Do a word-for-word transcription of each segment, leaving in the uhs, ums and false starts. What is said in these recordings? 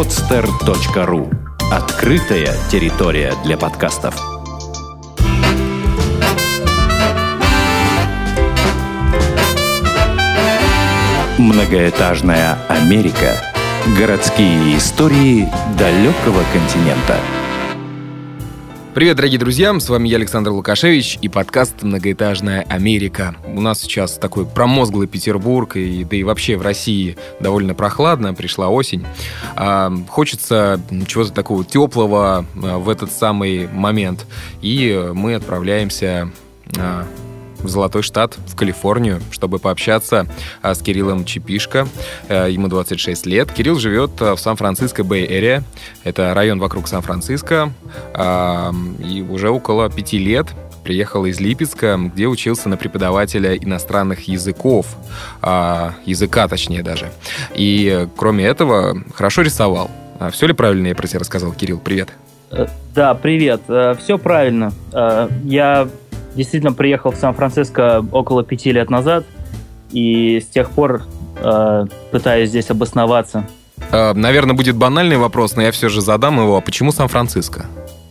подстер точка ру. Открытая территория для подкастов. Многоэтажная Америка. Городские истории далекого континента. Привет, дорогие друзья, с вами я, Александр Лукашевич, и подкаст «Многоэтажная Америка». У нас сейчас такой промозглый Петербург, и, да и вообще в России довольно прохладно, пришла осень. А, хочется чего-то такого теплого а, в этот самый момент, и мы отправляемся а, в Золотой Штат, в Калифорнию, чтобы пообщаться а, с Кириллом Чипишко. А, ему двадцать шесть лет. Кирилл живет а, в Сан-Франциско Бэй-Эриа. Это район вокруг Сан-Франциско. А, и уже около пяти лет приехал из Липецка, где учился на преподавателя иностранных языков. А, языка, точнее, даже. И, кроме этого, хорошо рисовал. А, все ли правильно я про тебя рассказал, Кирилл? Привет. Да, привет. Все правильно. Я действительно приехал в Сан-Франциско около пяти лет назад, и с тех пор э, пытаюсь здесь обосноваться. Э, наверное, будет банальный вопрос, но я все же задам его. А почему Сан-Франциско?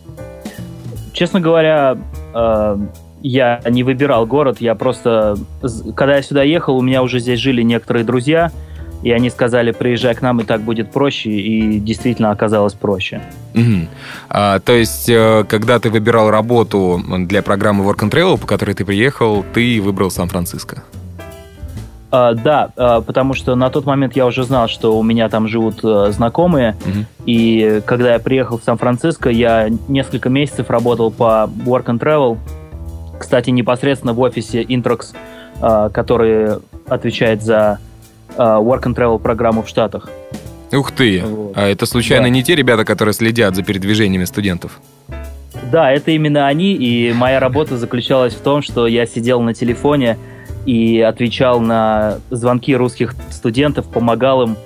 Честно говоря, э, я не выбирал город. Я просто... Когда я сюда ехал, у меня уже здесь жили некоторые друзья, и они сказали, приезжай к нам, и так будет проще, и действительно оказалось проще. Угу. А, то есть, когда ты выбирал работу для программы Work and Travel, по которой ты приехал, ты выбрал Сан-Франциско? А, да, а, потому что на тот момент я уже знал, что у меня там живут а, знакомые, угу. И когда я приехал в Сан-Франциско, я несколько месяцев работал по Work and Travel, кстати, непосредственно в офисе Introx, а, который отвечает за Work and Travel программу в Штатах. Ух ты! Вот. А это случайно да. не те ребята, которые следят за передвижениями студентов? Да, это именно они, и моя работа заключалась в том, что я сидел на телефоне и отвечал на звонки русских студентов, помогал им.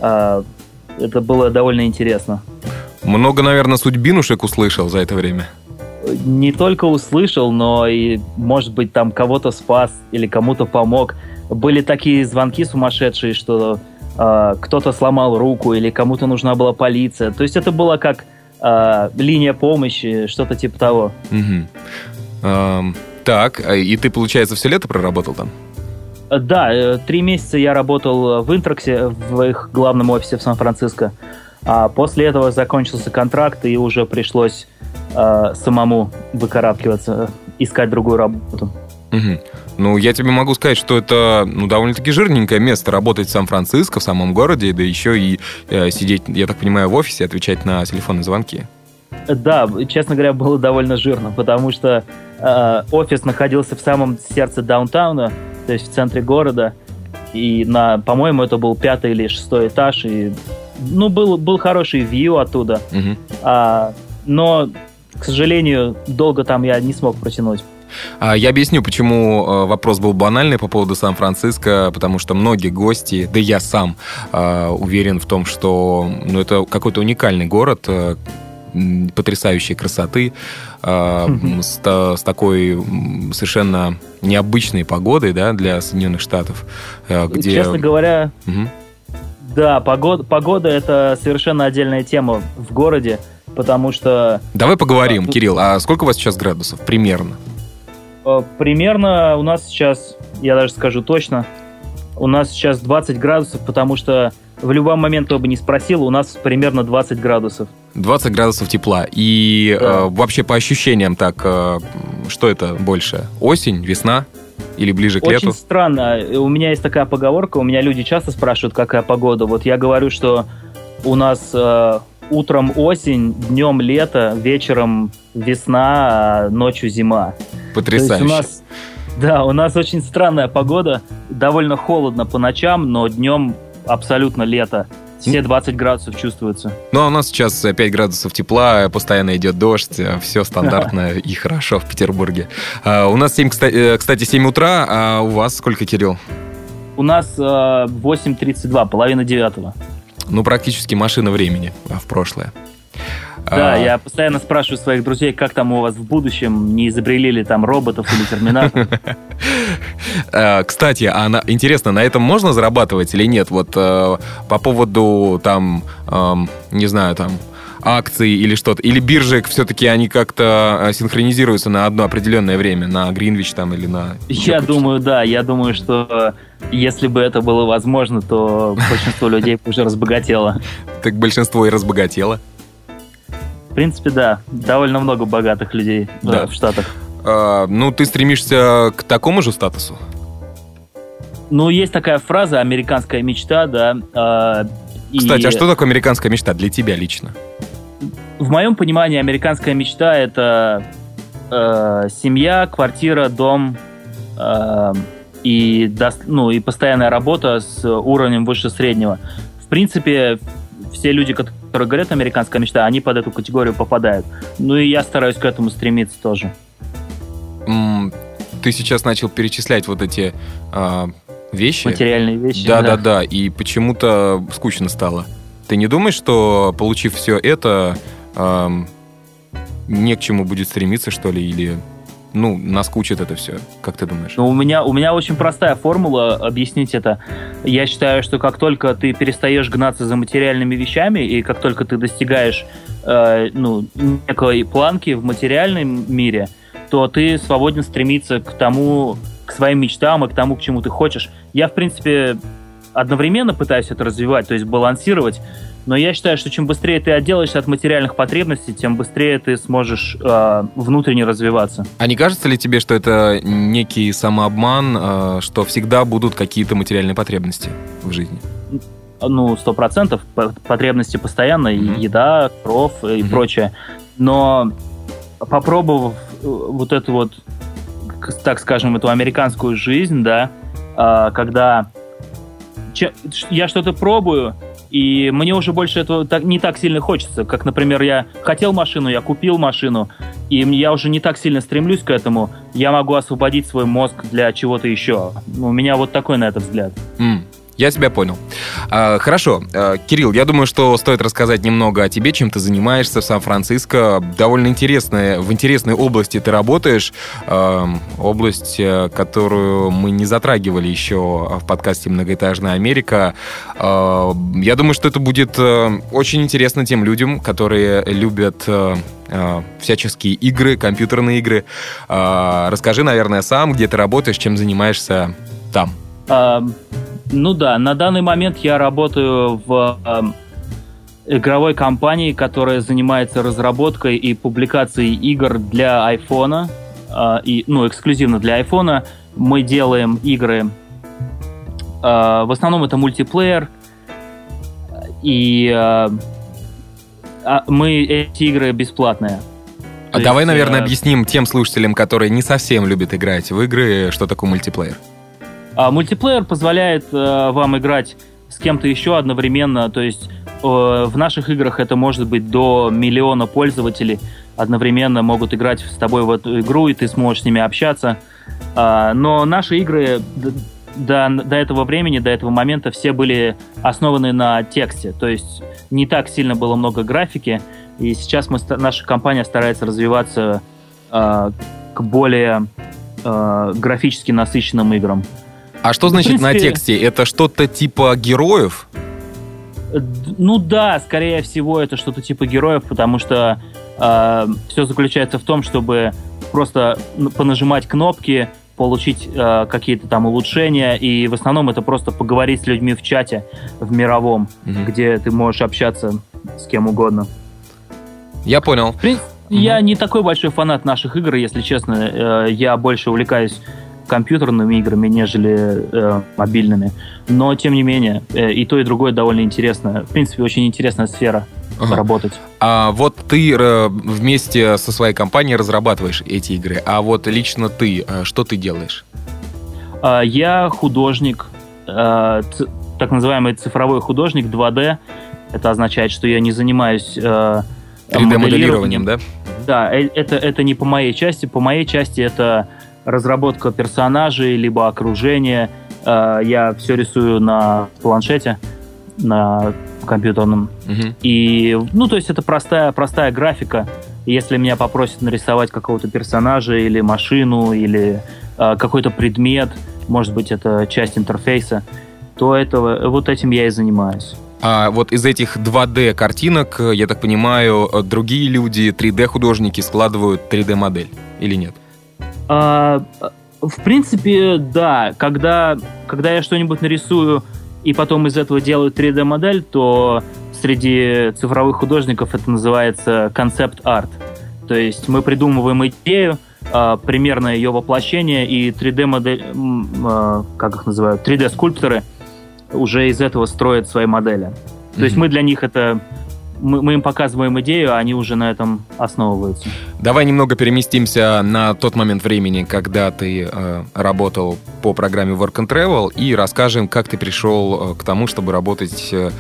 Это было довольно интересно. Много, наверное, судьбинушек услышал за это время? Не только услышал, но и, может быть, там кого-то спас или кому-то помог. Были такие звонки сумасшедшие, что э, кто-то сломал руку или кому-то нужна была полиция. То есть это было как э, линия помощи, что-то типа того. Угу. Эм, так, и ты, получается, все лето проработал там? Да, три месяца я работал в Интроксе, в их главном офисе в Сан-Франциско. А после этого закончился контракт, и уже пришлось э, самому выкарабкиваться, искать другую работу. Угу. Ну, я тебе могу сказать, что это ну, довольно-таки жирненькое место работать в Сан-Франциско, в самом городе, да еще и э, сидеть, я так понимаю, в офисе, отвечать на телефонные звонки. Да, честно говоря, было довольно жирно, потому что э, офис находился в самом сердце даунтауна, то есть в центре города, и, на, по-моему, это был пятый или шестой этаж, и ну, был, был хороший вью оттуда, угу. а, но, к сожалению, долго там я не смог протянуть. Я объясню, почему вопрос был банальный по поводу Сан-Франциско, потому что многие гости, да и я сам уверен в том, что ну, это какой-то уникальный город, потрясающей красоты, mm-hmm. с, с такой совершенно необычной погодой, да, для Соединенных Штатов. Где... Честно говоря, mm-hmm. да, погода, погода — это совершенно отдельная тема в городе, потому что... Давай поговорим, а, Кирилл, а сколько у вас сейчас градусов примерно? Примерно у нас сейчас, я даже скажу точно, у нас сейчас двадцать градусов, потому что в любой момент, кто бы ни спросил, у нас примерно двадцать градусов. двадцать градусов тепла. И да. э, вообще по ощущениям так, э, что это больше? Осень, весна или ближе к Очень лету? Очень странно. У меня есть такая поговорка, у меня люди часто спрашивают, какая погода. Вот я говорю, что у нас... Э, утром осень, днем лето, вечером весна, а ночью зима. Потрясающе. У нас, да, у нас очень странная погода. Довольно холодно по ночам, но днем абсолютно лето. Все двадцать градусов чувствуются. Ну, а у нас сейчас пять градусов тепла, постоянно идет дождь, все стандартно и хорошо в Петербурге. У нас, семь, кстати, семь утра, а у вас сколько, Кирилл? У нас восемь тридцать два, половина девятого. Ну, практически машина времени в прошлое. Да, а... я постоянно спрашиваю своих друзей, как там у вас в будущем, не изобрели ли там роботов или терминаторов. Кстати, а на... интересно, на этом можно зарабатывать или нет? Вот э, по поводу там, э, не знаю, там акций или что-то, или биржек все-таки они как-то синхронизируются на одно определенное время, на Гринвич там или на... Я думаю, да, я думаю, что если бы это было возможно, то большинство людей уже разбогатело. Так большинство и разбогатело. В принципе, да, довольно много богатых людей да. в Штатах. А, ну, ты стремишься к такому же статусу? Ну, есть такая фраза «американская мечта», да. А, Кстати, и... а что такое американская мечта для тебя лично? В моем понимании американская мечта – это э, семья, квартира, дом э, и, ну, и постоянная работа с уровнем выше среднего. В принципе, все люди, которые говорят «американская мечта», они под эту категорию попадают. Ну и я стараюсь к этому стремиться тоже. Ты сейчас начал перечислять вот эти э, вещи. Материальные вещи. Да-да-да, и почему-то скучно стало. Ты не думаешь, что, получив все это, э, не к чему будет стремиться, что ли, или, ну, наскучит это все? Как ты думаешь? Ну, у меня, у меня очень простая формула объяснить это. Я считаю, что как только ты перестаешь гнаться за материальными вещами, и как только ты достигаешь э, ну, некой планки в материальном мире, то ты свободен стремиться к тому, к своим мечтам и к тому, к чему ты хочешь. Я, в принципе, одновременно пытаюсь это развивать, то есть балансировать, но я считаю, что чем быстрее ты отделаешься от материальных потребностей, тем быстрее ты сможешь э, внутренне развиваться. А не кажется ли тебе, что это некий самообман, э, что всегда будут какие-то материальные потребности в жизни? Ну, сто процентов. Потребности постоянно, mm-hmm. еда, кров и mm-hmm. прочее. Но попробовав вот эту вот, так скажем, эту американскую жизнь, да, э, когда я что-то пробую, и мне уже больше этого так, не так сильно хочется. Как, например, я хотел машину, я купил машину, и я уже не так сильно стремлюсь к этому. Я могу освободить свой мозг для чего-то еще. У меня вот такой на это взгляд. Mm. Я тебя понял. А, хорошо. А, Кирилл, я думаю, что стоит рассказать немного о тебе, чем ты занимаешься в Сан-Франциско. Довольно интересная, в интересной области ты работаешь. А, область, которую мы не затрагивали еще в подкасте «Многоэтажная Америка». А, я думаю, что это будет очень интересно тем людям, которые любят а, всяческие игры, компьютерные игры. А, расскажи, наверное, сам, где ты работаешь, чем занимаешься там. А... Ну да, на данный момент я работаю в э, игровой компании, которая занимается разработкой и публикацией игр для айфона, э, и, ну, эксклюзивно для айфона. Мы делаем игры, э, в основном это мультиплеер, и э, мы эти игры бесплатные. А То давай, есть, наверное, э... объясним тем слушателям, которые не совсем любят играть в игры, что такое мультиплеер. А мультиплеер позволяет э, вам играть с кем-то еще одновременно, то есть э, в наших играх это может быть до миллиона пользователей одновременно могут играть с тобой в эту игру, и ты сможешь с ними общаться. Э, но наши игры до, до этого времени, до этого момента все были основаны на тексте, то есть не так сильно было много графики, и сейчас мы, наша компания старается развиваться э, к более э, графически насыщенным играм. А что значит принципе, на тексте? Это что-то типа героев? Ну да, скорее всего, это что-то типа героев, потому что э, все заключается в том, чтобы просто понажимать кнопки, получить э, какие-то там улучшения, и в основном это просто поговорить с людьми в чате, в мировом, угу. где ты можешь общаться с кем угодно. Я понял. В принципе, угу. Я не такой большой фанат наших игр, если честно. Э, я больше увлекаюсь компьютерными играми, нежели э, мобильными. Но, тем не менее, э, и то, и другое довольно интересно. В принципе, очень интересная сфера ага. работать. А вот ты э, вместе со своей компанией разрабатываешь эти игры, а вот лично ты, э, что ты делаешь? Э, я художник, э, ц- так называемый цифровой художник два дэ. Это означает, что я не занимаюсь э, три дэ-моделированием, да? Да, э- это, это не по моей части. По моей части это разработка персонажей, либо окружения. Я все рисую на планшете, на компьютерном. Угу. И, ну, то есть это простая, простая графика. Если меня попросят нарисовать какого-то персонажа или машину, или э, какой-то предмет, может быть, это часть интерфейса, то этого, вот этим я и занимаюсь. А вот из этих два дэ картинок, я так понимаю, другие люди, три дэ-художники, складывают три дэ-модель или нет? А, в принципе, да. Когда, когда я что-нибудь нарисую и потом из этого делаю три дэ-модель, то среди цифровых художников это называется концепт-арт. То есть мы придумываем идею, а, примерно ее воплощение, и три дэ-модель, а, как их называют, три дэ-скульпторы уже из этого строят свои модели. Mm-hmm. То есть мы для них это... Мы, мы им показываем идею, а они уже на этом основываются. Давай немного переместимся на тот момент времени, когда ты э, работал по программе Work and Travel, и расскажем, как ты пришел э, к тому, чтобы работать э,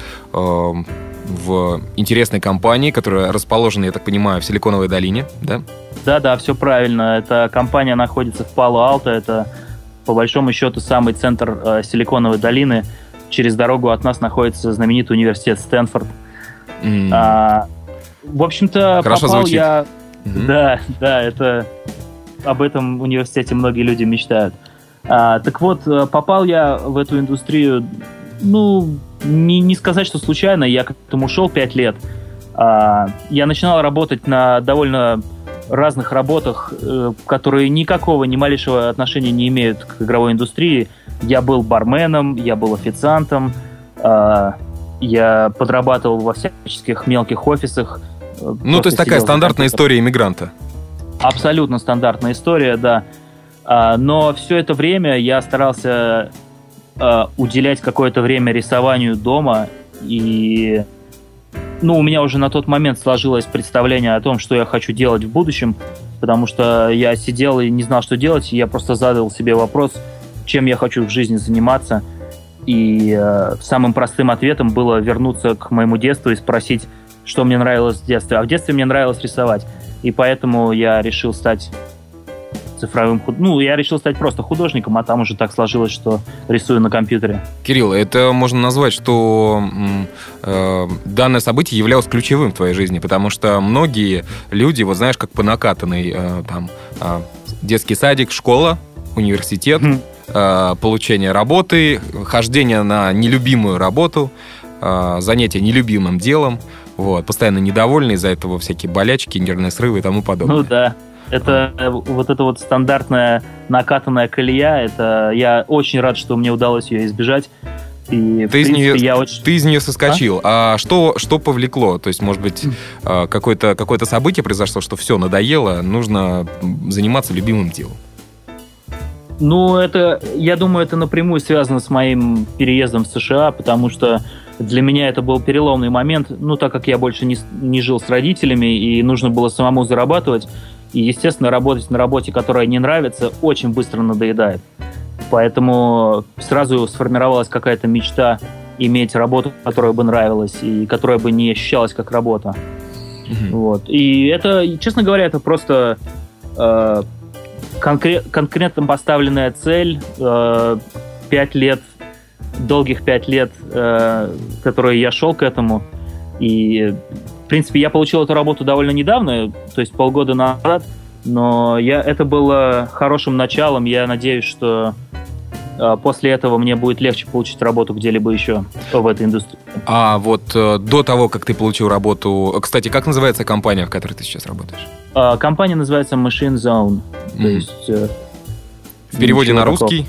в интересной компании, которая расположена, я так понимаю, в Силиконовой долине, да? Да-да, все правильно. Эта компания находится в Пало-Алто. Это, по большому счету, самый центр э, Силиконовой долины. Через дорогу от нас находится знаменитый университет Стэнфорд. Mm. А, в общем-то, Хорошо попал звучит. я... Mm-hmm. Да, да, это... Об этом университете многие люди мечтают. А, так вот, попал я в эту индустрию, ну, не, не сказать, что случайно, я к этому шел пять лет. А, я начинал работать на довольно разных работах, которые никакого, ни малейшего отношения не имеют к игровой индустрии. Я был барменом, я был официантом, я подрабатывал во всяческих мелких офисах. Ну, то есть такая стандартная история иммигранта. Абсолютно стандартная история, да. Но все это время я старался уделять какое-то время рисованию дома, и ну, у меня уже на тот момент сложилось представление о том, что я хочу делать в будущем, потому что я сидел и не знал, что делать, и я просто задал себе вопрос, чем я хочу в жизни заниматься. И э, самым простым ответом было вернуться к моему детству и спросить, что мне нравилось в детстве. А в детстве мне нравилось рисовать. И поэтому я решил стать цифровым худ... Ну, я решил стать просто художником, а там уже так сложилось, что рисую на компьютере. Кирилл, это можно назвать, что э, данное событие являлось ключевым в твоей жизни, потому что многие люди, вот знаешь, как по накатанной, э, там, э, детский садик, школа, университет, mm. э, получение работы, хождение на нелюбимую работу, э, занятие нелюбимым делом, вот, постоянно недовольны, из-за этого всякие болячки, нервные срывы и тому подобное. Ну да. Это вот эта вот стандартная накатанная колея. Это я очень рад, что мне удалось ее избежать. И, ты, из принципе, нее, я очень... ты из нее соскочил. А, а что, что повлекло? То есть, может быть, какое-то, какое-то событие произошло, что все, надоело, нужно заниматься любимым делом? Ну, это, я думаю, это напрямую связано с моим переездом в США, потому что для меня это был переломный момент. Ну, так как я больше не, не жил с родителями, и нужно было самому зарабатывать. И, естественно, работать на работе, которая не нравится, очень быстро надоедает. Поэтому сразу сформировалась какая-то мечта иметь работу, которая бы нравилась и которая бы не ощущалась как работа. Mm-hmm. Вот. И это, честно говоря, это просто э, конкрет, конкретно поставленная цель. Э, пять лет, долгих пять лет, э, которые я шел к этому. И... В принципе, я получил эту работу довольно недавно, то есть полгода назад, но я, это было хорошим началом. Я надеюсь, что э, после этого мне будет легче получить работу где-либо еще в этой индустрии. А вот э, до того, как ты получил работу... Кстати, как называется компания, в которой ты сейчас работаешь? Э, компания называется Machine Zone. Mm. То есть, э, в переводе на русский?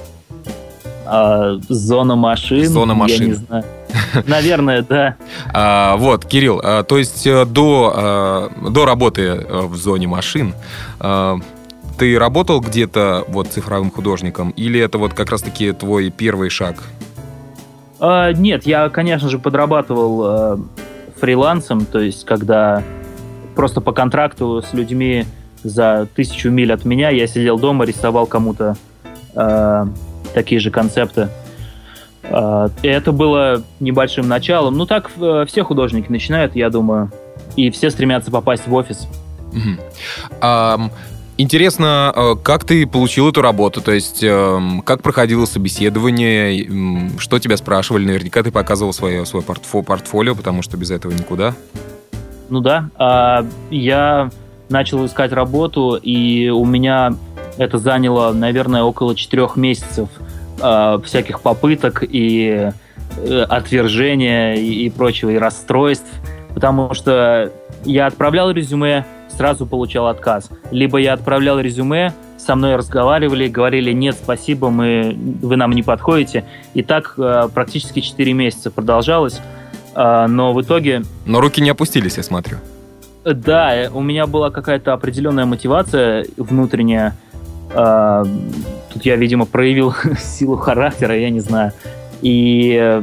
Э, зона машин. Зона машин. Я не знаю. Наверное, да. А, вот, Кирилл, а, то есть до, а, до работы в зоне машин а, ты работал где-то вот цифровым художником, или это вот как раз-таки твой первый шаг? А, нет, я, конечно же, подрабатывал а, фрилансом, то есть когда просто по контракту с людьми за тысячу миль от меня я сидел дома, рисовал кому-то а, такие же концепты. И это было небольшим началом. Ну, так все художники начинают, я думаю. И все стремятся попасть в офис. Угу. А, Интересно, как ты получил эту работу? То есть, как проходило собеседование? Что тебя спрашивали? Наверняка ты показывал свое, свое портфолио, потому что без этого никуда. Ну да. Я начал искать работу, и у меня это заняло, наверное, около четырех месяцев всяких попыток и отвержения и прочего, и расстройств. Потому что я отправлял резюме, сразу получал отказ. Либо я отправлял резюме, со мной разговаривали, говорили: нет, спасибо, мы, вы нам не подходите. И так э, практически четыре месяца продолжалось. Э, но в итоге... Но руки не опустились, я смотрю. Да, у меня была какая-то определенная мотивация внутренняя. Э, тут я, видимо, проявил силу характера, я не знаю. И...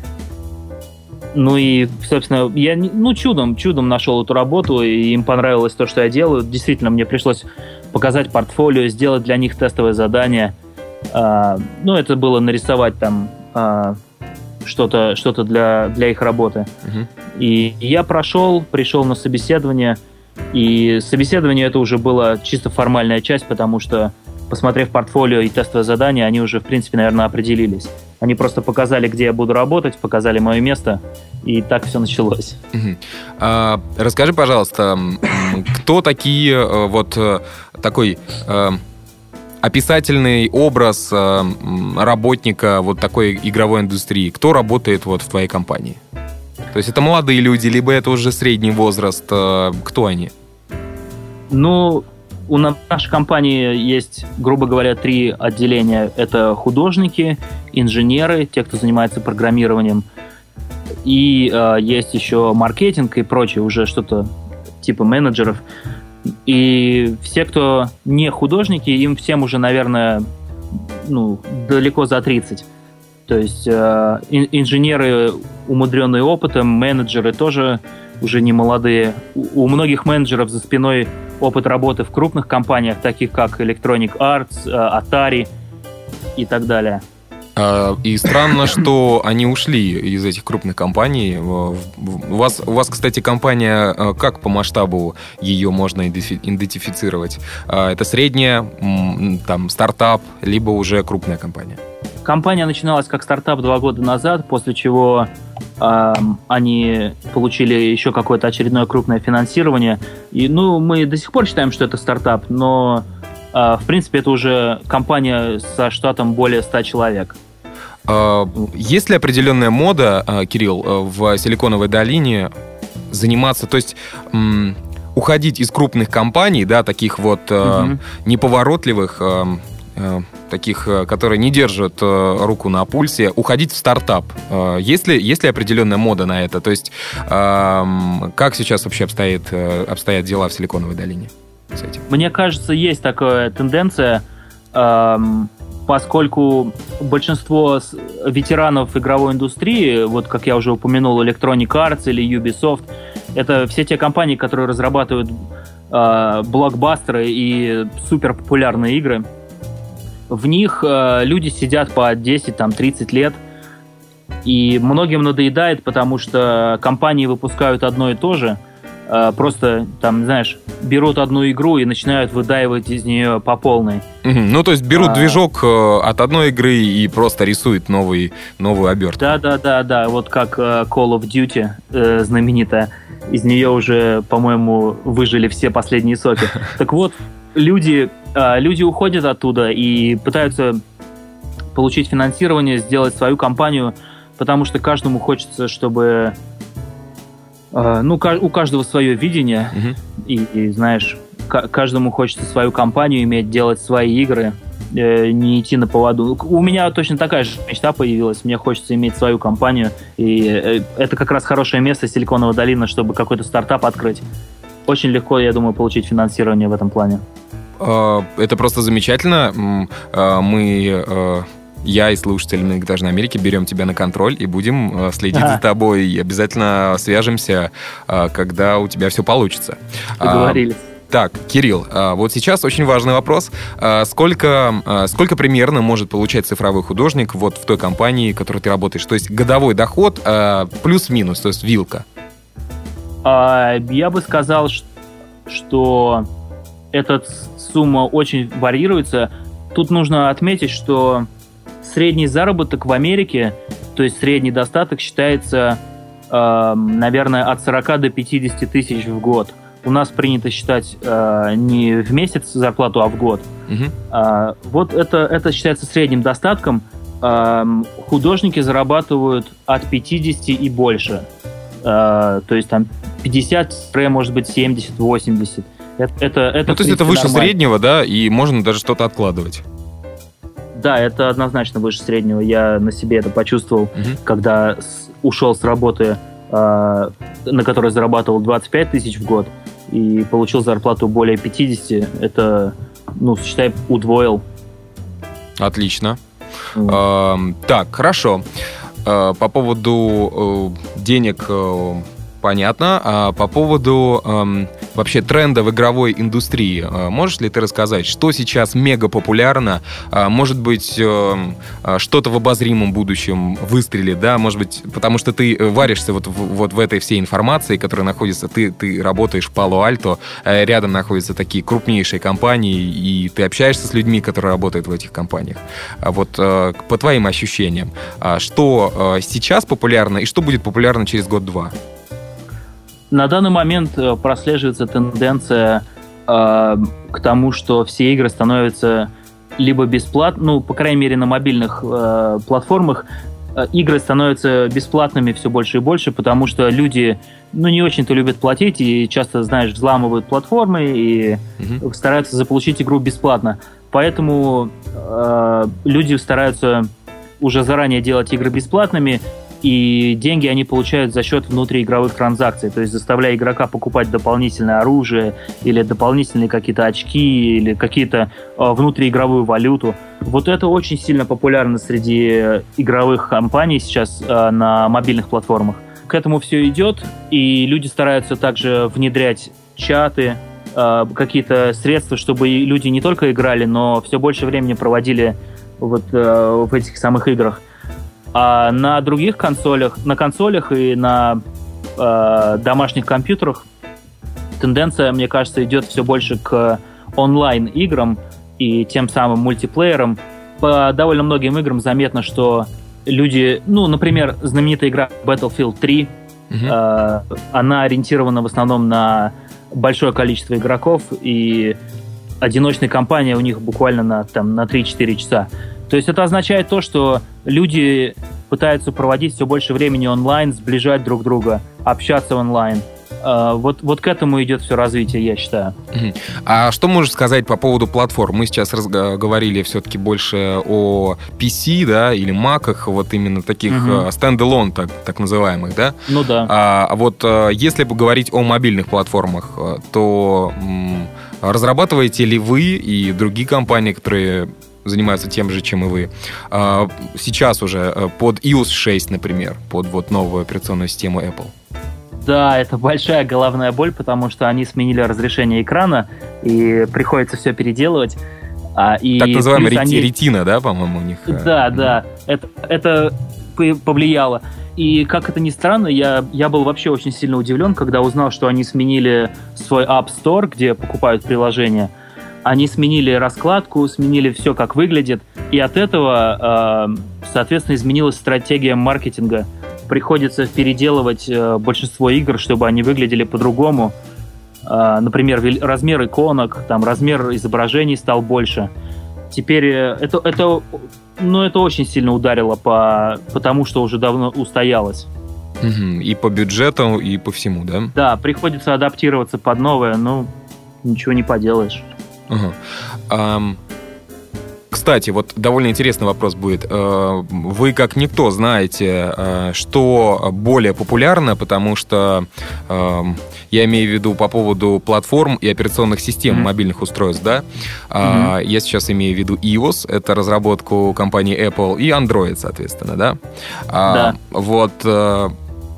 Ну и, собственно, я ну, чудом, чудом нашел эту работу, и им понравилось то, что я делаю. Действительно, мне пришлось показать портфолио, сделать для них тестовое задание. А, ну, это было нарисовать там а, что-то, что-то для, для их работы. Uh-huh. И я прошел, пришел на собеседование, и собеседование это уже была чисто формальная часть, потому что, посмотрев портфолио и тестовое задание, они уже, в принципе, наверное, определились. Они просто показали, где я буду работать, показали мое место, и так все началось. Uh-huh. А, расскажи, пожалуйста, кто такие, вот такой описательный образ работника вот такой игровой индустрии? Кто работает вот в твоей компании? То есть это молодые люди, либо это уже средний возраст? Кто они? Ну... У нашей компании есть, грубо говоря, три отделения. Это художники, инженеры, те, кто занимается программированием, и э, есть еще маркетинг и прочее, уже что-то типа менеджеров. И все, кто не художники, им всем уже, наверное, ну, далеко за тридцать. То есть э, инженеры, умудренные опытом, менеджеры тоже уже не молодые. У, у многих менеджеров за спиной опыт работы в крупных компаниях, таких как Electronic Arts, Atari и так далее. И странно, что они ушли из этих крупных компаний. У вас, у вас, кстати, компания, как по масштабу ее можно идентифицировать? Это средняя, там, стартап, либо уже крупная компания? Компания начиналась как стартап два года назад, после чего э, они получили еще какое-то очередное крупное финансирование. И, ну, мы до сих пор считаем, что это стартап, но, э, в принципе, это уже компания со штатом более ста человек. Есть ли определенная мода, Кирилл, в Силиконовой долине заниматься, то есть м, уходить из крупных компаний, да, таких вот mm-hmm. неповоротливых, таких, которые не держат руку на пульсе, уходить в стартап? Есть ли, есть ли определенная мода на это? То есть как сейчас вообще обстоят, обстоят дела в Силиконовой долине с этим? Мне кажется, есть такая тенденция, поскольку большинство ветеранов игровой индустрии, вот как я уже упомянул, Electronic Arts или Ubisoft, это все те компании, которые разрабатывают э, блокбастеры и суперпопулярные игры. В них э, люди сидят по десять-тридцать лет, и многим надоедает, потому что компании выпускают одно и то же, э, просто, там, знаешь, берут одну игру и начинают выдаивать из нее по полной. Mm-hmm. Ну, то есть берут а... движок э, от одной игры и просто рисуют новый, новую обертку. Да-да-да, вот как э, Call of Duty э, знаменитая. Из нее уже, по-моему, выжили все последние соки. Так вот, люди, э, люди уходят оттуда и пытаются получить финансирование, сделать свою компанию, потому что каждому хочется, чтобы... Э, ну, у каждого свое видение, uh-huh. и, и, знаешь, к- каждому хочется свою компанию иметь, делать свои игры, э, не идти на поводу. У меня точно такая же мечта появилась, мне хочется иметь свою компанию, и э, это как раз хорошее место, Силиконовая долина, чтобы какой-то стартап открыть. Очень легко, я думаю, получить финансирование в этом плане. Это просто замечательно. Мы... Я и слушатели «Многоэтажной Америки» берем тебя на контроль и будем следить а. за тобой. И обязательно свяжемся, когда у тебя все получится. Договорились. Так, Кирилл, вот сейчас очень важный вопрос. Сколько, сколько примерно может получать цифровой художник вот в той компании, в которой ты работаешь? То есть годовой доход плюс-минус, то есть вилка. Я бы сказал, что эта сумма очень варьируется. Тут нужно отметить, что средний заработок в Америке, то есть средний достаток, считается, э, наверное, от сорока до пятидесяти тысяч в год. У нас принято считать э, не в месяц зарплату, а в год. Uh-huh. Э, вот это, это считается средним достатком. Э, художники зарабатывают от пятидесяти и больше. Э, то есть там пятьдесят, может быть, семьдесят, восемьдесят. Это, это, это, ну, то есть это выше нормально. Среднего, да, и можно даже что-то откладывать. Да, это однозначно выше среднего. Я на себе это почувствовал, угу. когда с, ушел с работы, э, на которой зарабатывал двадцать пять тысяч в год, и получил зарплату более пятидесяти. Это, ну, считай, удвоил. Отлично. Mm. Э, так, хорошо. Э, по поводу э, денег... Э, понятно. А по поводу эм, вообще тренда в игровой индустрии, э, можешь ли ты рассказать, что сейчас мега популярно? Э, может быть, э, что-то в обозримом будущем выстрелит, да? Может быть, потому что ты варишься вот в, вот в этой всей информации, которая находится... Ты, ты работаешь в Пало-Альто, э, рядом находятся такие крупнейшие компании, и ты общаешься с людьми, которые работают в этих компаниях. А вот э, по твоим ощущениям, э, что э, сейчас популярно и что будет популярно через год-два? На данный момент прослеживается тенденция э, к тому, что все игры становятся либо бесплатными, ну, по крайней мере, на мобильных э, платформах, э, игры становятся бесплатными все больше и больше, потому что люди, ну, не очень-то любят платить и часто, знаешь, взламывают платформы и mm-hmm. стараются заполучить игру бесплатно. Поэтому э, люди стараются уже заранее делать игры бесплатными, и деньги они получают за счет внутриигровых транзакций, то есть заставляя игрока покупать дополнительное оружие или дополнительные какие-то очки или какие-то э, внутриигровую валюту. Вот это очень сильно популярно среди игровых компаний сейчас э, на мобильных платформах. К этому все идет, и люди стараются также внедрять чаты, э, какие-то средства, чтобы люди не только играли, но все больше времени проводили вот, э, в этих самых играх. А на других консолях, на консолях и на э, домашних компьютерах тенденция, мне кажется, идет все больше к онлайн-играм и тем самым мультиплеерам. По довольно многим играм заметно, что люди... Ну, например, знаменитая игра Battlefield три, mm-hmm. э, она ориентирована в основном на большое количество игроков, и одиночная кампания у них буквально на, там, на три-четыре часа. То есть это означает то, что люди пытаются проводить все больше времени онлайн, сближать друг друга, общаться онлайн. Вот, вот к этому идет все развитие, я считаю. А что можешь сказать по поводу платформ? Мы сейчас разго- говорили все-таки больше о пи си, да, или маках, вот именно таких uh-huh. стендалон, так, так называемых, да? Ну да. А вот если бы говорить о мобильных платформах, то м, разрабатываете ли вы и другие компании, которые занимаются тем же, чем и вы, сейчас уже под ай о эс шесть, например, под вот новую операционную систему Apple? Да, это большая головная боль, потому что они сменили разрешение экрана, и приходится все переделывать. И так называемая рет- они... ретина, да, по-моему, у них? Да, да, это, это повлияло. И, как это ни странно, я, я был вообще очень сильно удивлен, когда узнал, что они сменили свой App Store, где покупают приложения. Они сменили раскладку, сменили все, как выглядит, и от этого, соответственно, изменилась стратегия маркетинга. Приходится переделывать большинство игр, чтобы они выглядели по-другому. Например, размер иконок, там, размер изображений стал больше. Теперь это, это, ну, это очень сильно ударило по, по тому, что уже давно устоялось. И по бюджету, и по всему, да? Да, приходится адаптироваться под новое, но ничего не поделаешь. Ага. Um, кстати, вот довольно интересный вопрос будет. Uh, вы как никто знаете, uh, что более популярно, потому что uh, я имею в виду по поводу платформ и операционных систем mm-hmm. мобильных устройств, да? Uh, mm-hmm. Я сейчас имею в виду ай о эс, это разработку компании Apple, и Android, соответственно, да? Uh, да. Вот uh,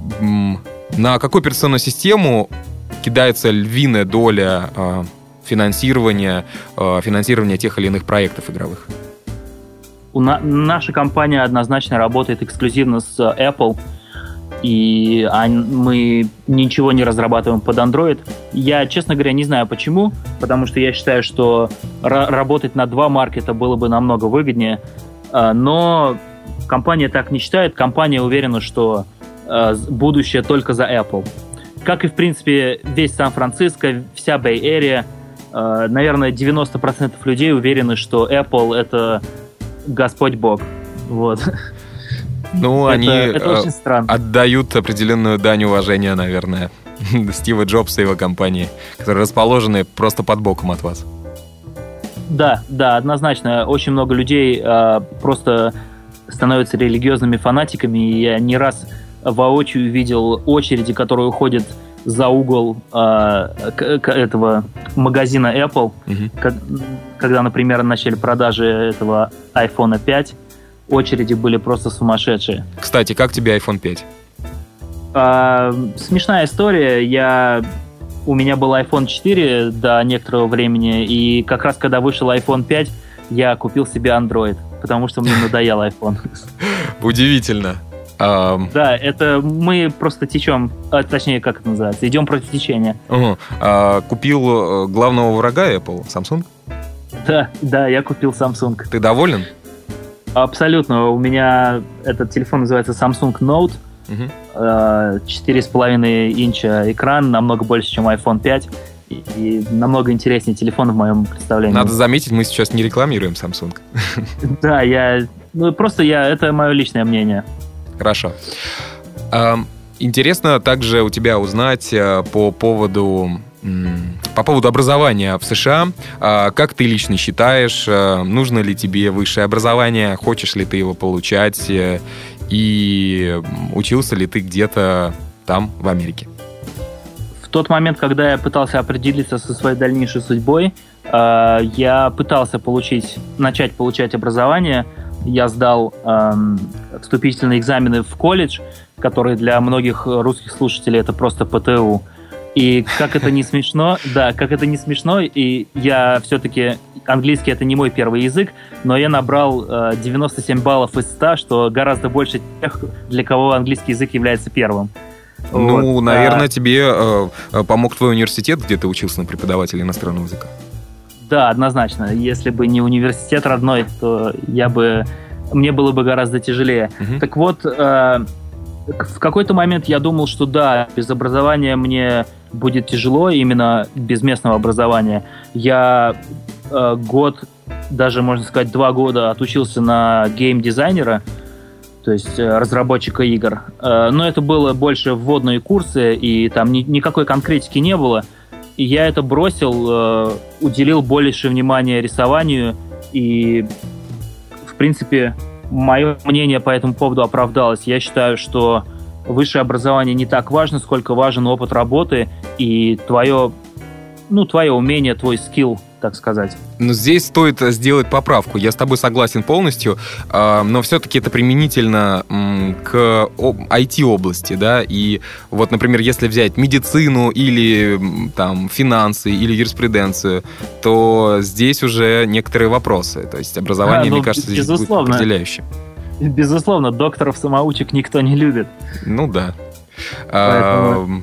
на какую операционную систему кидается львиная доля uh, финансирования, финансирования тех или иных проектов игровых? У на, наша компания однозначно работает эксклюзивно с Apple. и мы ничего не разрабатываем под Android. Я, честно говоря, не знаю почему, потому что я считаю, что р- работать на два маркета было бы намного выгоднее, но компания так не считает. Компания уверена, что будущее только за Apple. Как и, в принципе, весь Сан-Франциско, вся Bay Area, наверное, девяносто процентов людей уверены, что Apple — это Господь Бог. Вот. Ну, это, они это очень странно. Отдают определенную дань уважения, наверное, Стива Джобса и его компании, которые расположены просто под боком от вас. Да, да, однозначно. Очень много людей э, просто становятся религиозными фанатиками, и я не раз воочию видел очереди, которые уходят за угол э, к, к этого магазина Apple, угу. как, когда, например, начали продажи этого айфон пять, очереди были просто сумасшедшие. Кстати, как тебе айфон пять? Э, смешная история. Я... У меня был айфон четыре до некоторого времени, и как раз когда вышел айфон пять, я купил себе Android, потому что мне надоел iPhone. Удивительно. Um... Да, это мы просто течем, а, точнее, как это называется, идем против течения. Uh-huh. А, купил главного врага Apple, Samsung? Да, да, я купил Samsung. Ты доволен? Абсолютно. У меня этот телефон называется Samsung Note. Uh-huh. четыре с половиной инча экран, намного больше, чем айфон пять. И, и намного интереснее телефон в моем представлении. Надо заметить, мы сейчас не рекламируем Samsung. Да, я... Ну, просто я... Это мое личное мнение. Хорошо. Интересно также у тебя узнать по поводу, по поводу образования в США. Как ты лично считаешь, нужно ли тебе высшее образование, хочешь ли ты его получать, и учился ли ты где-то там, в Америке? В тот момент, когда я пытался определиться со своей дальнейшей судьбой, я пытался получить, начать получать образование. Я сдал эм, вступительные экзамены в колледж, которые для многих русских слушателей это просто ПТУ. И как это не смешно, да, как это не смешно, и я все-таки, английский это не мой первый язык, но я набрал э, девяносто семь баллов из ста, что гораздо больше тех, для кого английский язык является первым. Ну, вот. наверное, а... тебе э, помог твой университет, где ты учился на преподавателя иностранного языка. Да, однозначно. Если бы не университет родной, то я бы... мне было бы гораздо тяжелее. Uh-huh. Так вот, э, в какой-то момент я думал, что да, без образования мне будет тяжело, именно без местного образования. Я э, год, даже, можно сказать, два года отучился на гейм-дизайнера, то есть э, разработчика игр. Э, но это было больше вводные курсы, и там ни- никакой конкретики не было. И я это бросил, э, уделил больше внимания рисованию, и, в принципе, мое мнение по этому поводу оправдалось. Я считаю, что высшее образование не так важно, сколько важен опыт работы и твое, ну, твое умение, твой скилл, так сказать. Но здесь стоит сделать поправку. Я с тобой согласен полностью, но все-таки это применительно к ай ти-области, да, и вот, например, если взять медицину или там финансы или юриспруденцию, то здесь уже некоторые вопросы. То есть образование, а, ну, мне кажется, здесь будет определяющим. Безусловно, докторов-самоучек никто не любит. Ну да. Поэтому...